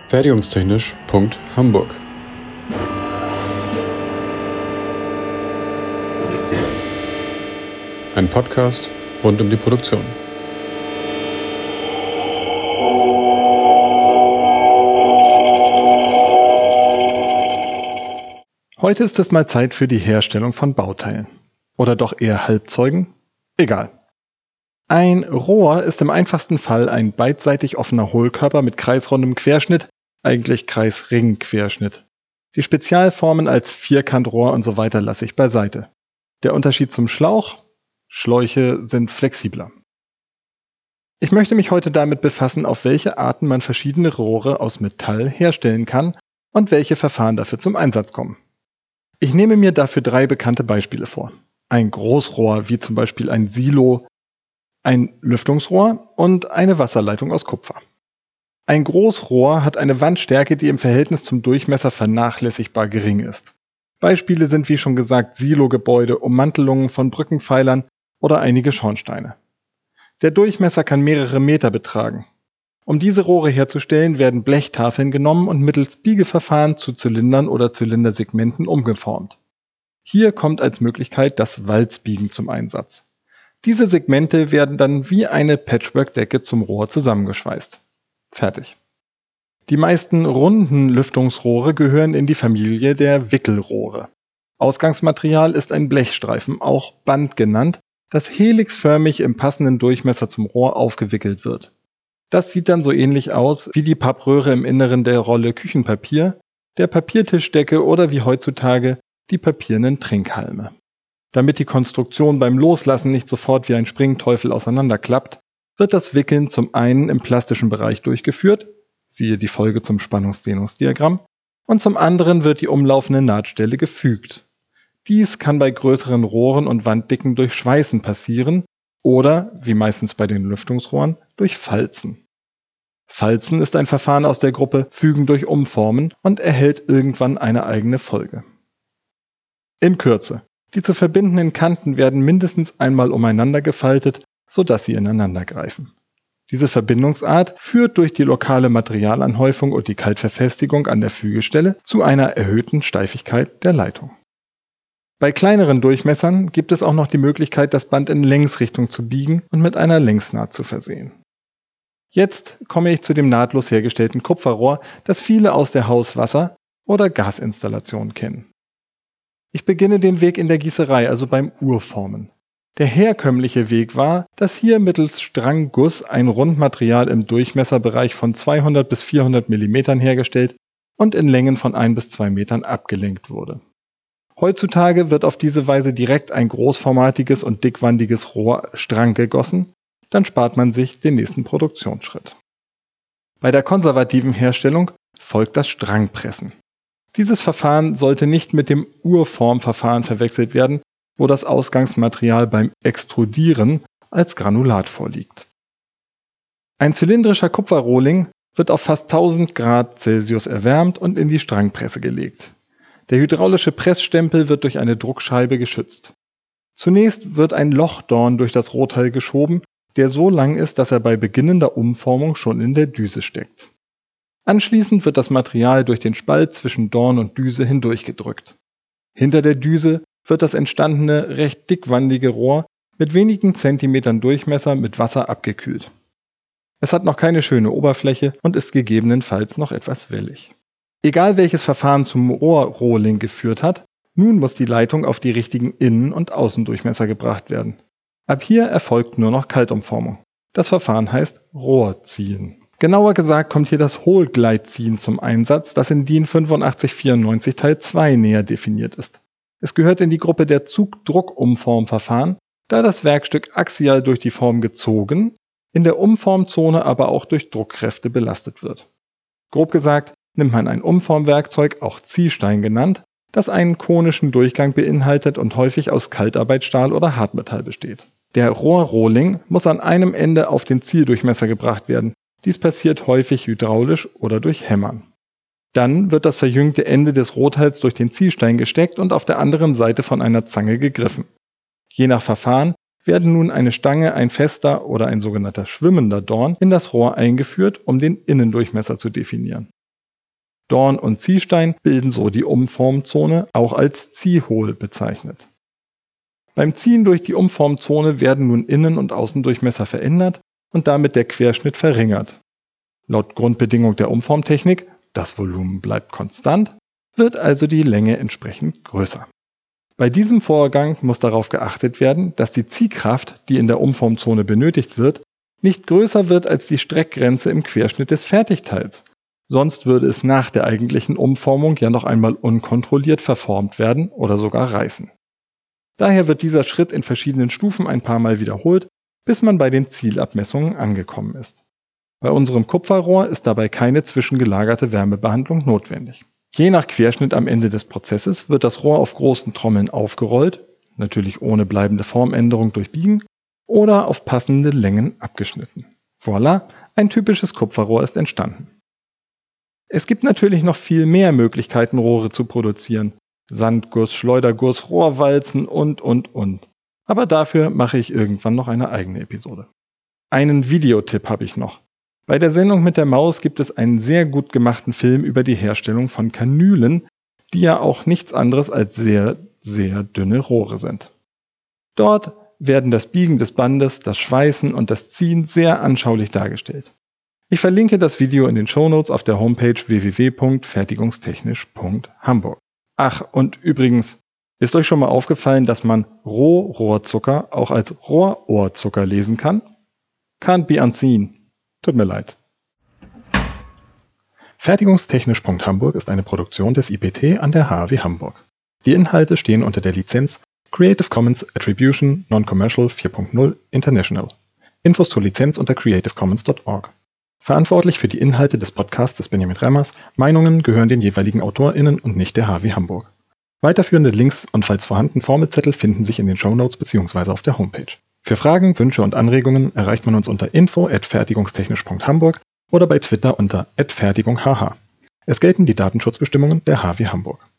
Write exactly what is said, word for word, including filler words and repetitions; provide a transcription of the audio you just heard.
Fertigungstechnisch Punkt Hamburg. Ein Podcast rund um die Produktion. Heute ist es mal Zeit für die Herstellung von Bauteilen. Oder doch eher Halbzeugen? Egal. Ein Rohr ist im einfachsten Fall ein beidseitig offener Hohlkörper mit kreisrundem Querschnitt, eigentlich Kreisring-Querschnitt. Die Spezialformen als Vierkantrohr und so weiter lasse ich beiseite. Der Unterschied zum Schlauch? Schläuche sind flexibler. Ich möchte mich heute damit befassen, auf welche Arten man verschiedene Rohre aus Metall herstellen kann und welche Verfahren dafür zum Einsatz kommen. Ich nehme mir dafür drei bekannte Beispiele vor. Ein Großrohr, wie zum Beispiel ein Silo, ein Lüftungsrohr und eine Wasserleitung aus Kupfer. Ein Großrohr hat eine Wandstärke, die im Verhältnis zum Durchmesser vernachlässigbar gering ist. Beispiele sind wie schon gesagt Silogebäude, Ummantelungen von Brückenpfeilern oder einige Schornsteine. Der Durchmesser kann mehrere Meter betragen. Um diese Rohre herzustellen, werden Blechtafeln genommen und mittels Biegeverfahren zu Zylindern oder Zylindersegmenten umgeformt. Hier kommt als Möglichkeit das Walzbiegen zum Einsatz. Diese Segmente werden dann wie eine Patchwork-Decke zum Rohr zusammengeschweißt. Fertig. Die meisten runden Lüftungsrohre gehören in die Familie der Wickelrohre. Ausgangsmaterial ist ein Blechstreifen, auch Band genannt, das helixförmig im passenden Durchmesser zum Rohr aufgewickelt wird. Das sieht dann so ähnlich aus wie die Pappröhre im Inneren der Rolle Küchenpapier, der Papiertischdecke oder wie heutzutage die papiernen Trinkhalme. Damit die Konstruktion beim Loslassen nicht sofort wie ein Springteufel auseinanderklappt, wird das Wickeln zum einen im plastischen Bereich durchgeführt, siehe die Folge zum Spannungsdehnungsdiagramm, und zum anderen wird die umlaufende Nahtstelle gefügt. Dies kann bei größeren Rohren und Wanddicken durch Schweißen passieren oder, wie meistens bei den Lüftungsrohren, durch Falzen. Falzen ist ein Verfahren aus der Gruppe Fügen durch Umformen und erhält irgendwann eine eigene Folge. In Kürze: Die zu verbindenden Kanten werden mindestens einmal umeinander gefaltet, sodass sie ineinander greifen. Diese Verbindungsart führt durch die lokale Materialanhäufung und die Kaltverfestigung an der Fügestelle zu einer erhöhten Steifigkeit der Leitung. Bei kleineren Durchmessern gibt es auch noch die Möglichkeit, das Band in Längsrichtung zu biegen und mit einer Längsnaht zu versehen. Jetzt komme ich zu dem nahtlos hergestellten Kupferrohr, das viele aus der Hauswasser- oder Gasinstallation kennen. Ich beginne den Weg in der Gießerei, also beim Urformen. Der herkömmliche Weg war, dass hier mittels Strangguss ein Rundmaterial im Durchmesserbereich von zweihundert bis vierhundert Millimeter hergestellt und in Längen von ein bis zwei Metern abgelenkt wurde. Heutzutage wird auf diese Weise direkt ein großformatiges und dickwandiges Rohr Strang gegossen, dann spart man sich den nächsten Produktionsschritt. Bei der konservativen Herstellung folgt das Strangpressen. Dieses Verfahren sollte nicht mit dem Urformverfahren verwechselt werden, wo das Ausgangsmaterial beim Extrudieren als Granulat vorliegt. Ein zylindrischer Kupferrohling wird auf fast tausend Grad Celsius erwärmt und in die Strangpresse gelegt. Der hydraulische Pressstempel wird durch eine Druckscheibe geschützt. Zunächst wird ein Lochdorn durch das Rohteil geschoben, der so lang ist, dass er bei beginnender Umformung schon in der Düse steckt. Anschließend wird das Material durch den Spalt zwischen Dorn und Düse hindurchgedrückt. Hinter der Düse wird das entstandene, recht dickwandige Rohr mit wenigen Zentimetern Durchmesser mit Wasser abgekühlt. Es hat noch keine schöne Oberfläche und ist gegebenenfalls noch etwas wellig. Egal welches Verfahren zum Rohrrohling geführt hat, nun muss die Leitung auf die richtigen Innen- und Außendurchmesser gebracht werden. Ab hier erfolgt nur noch Kaltumformung. Das Verfahren heißt Rohrziehen. Genauer gesagt kommt hier das Hohlgleitziehen zum Einsatz, das in DIN fünfundachtzig vierundneunzig Teil zwei näher definiert ist. Es gehört in die Gruppe der Zugdruckumformverfahren, da das Werkstück axial durch die Form gezogen, in der Umformzone aber auch durch Druckkräfte belastet wird. Grob gesagt nimmt man ein Umformwerkzeug, auch Ziehstein genannt, das einen konischen Durchgang beinhaltet und häufig aus Kaltarbeitsstahl oder Hartmetall besteht. Der Rohrrohling muss an einem Ende auf den Zieldurchmesser gebracht werden. Dies passiert häufig hydraulisch oder durch Hämmern. Dann wird das verjüngte Ende des Rohteils durch den Ziehstein gesteckt und auf der anderen Seite von einer Zange gegriffen. Je nach Verfahren werden nun eine Stange, ein fester oder ein sogenannter schwimmender Dorn in das Rohr eingeführt, um den Innendurchmesser zu definieren. Dorn und Ziehstein bilden so die Umformzone, auch als Ziehhohl bezeichnet. Beim Ziehen durch die Umformzone werden nun Innen- und Außendurchmesser verändert und damit der Querschnitt verringert. Laut Grundbedingung der Umformtechnik, das Volumen bleibt konstant, wird also die Länge entsprechend größer. Bei diesem Vorgang muss darauf geachtet werden, dass die Ziehkraft, die in der Umformzone benötigt wird, nicht größer wird als die Streckgrenze im Querschnitt des Fertigteils. Sonst würde es nach der eigentlichen Umformung ja noch einmal unkontrolliert verformt werden oder sogar reißen. Daher wird dieser Schritt in verschiedenen Stufen ein paar Mal wiederholt, bis man bei den Zielabmessungen angekommen ist. Bei unserem Kupferrohr ist dabei keine zwischengelagerte Wärmebehandlung notwendig. Je nach Querschnitt am Ende des Prozesses wird das Rohr auf großen Trommeln aufgerollt, natürlich ohne bleibende Formänderung durch Biegen, oder auf passende Längen abgeschnitten. Voilà, ein typisches Kupferrohr ist entstanden. Es gibt natürlich noch viel mehr Möglichkeiten, Rohre zu produzieren. Sandguss, Schleuderguss, Rohrwalzen und, und, und. Aber dafür mache ich irgendwann noch eine eigene Episode. Einen Videotipp habe ich noch. Bei der Sendung mit der Maus gibt es einen sehr gut gemachten Film über die Herstellung von Kanülen, die ja auch nichts anderes als sehr, sehr dünne Rohre sind. Dort werden das Biegen des Bandes, das Schweißen und das Ziehen sehr anschaulich dargestellt. Ich verlinke das Video in den Shownotes auf der Homepage w w w punkt fertigungstechnisch punkt hamburg. Ach, und übrigens, ist euch schon mal aufgefallen, dass man Rohrohrzucker auch als Rohrohrzucker lesen kann? Can't be unseen. Tut mir leid. Fertigungstechnisch punkt hamburg ist eine Produktion des I P T an der H A W Hamburg. Die Inhalte stehen unter der Lizenz Creative Commons Attribution Non-Commercial vier Punkt null International. Infos zur Lizenz unter creative commons punkt org. Verantwortlich für die Inhalte des Podcasts ist Benjamin Remmers. Meinungen gehören den jeweiligen AutorInnen und nicht der H A W Hamburg. Weiterführende Links und falls vorhanden Formelzettel finden sich in den Shownotes bzw. auf der Homepage. Für Fragen, Wünsche und Anregungen erreicht man uns unter info at fertigungstechnisch punkt hamburg oder bei Twitter unter at fertigunghh. Es gelten die Datenschutzbestimmungen der H A W Hamburg.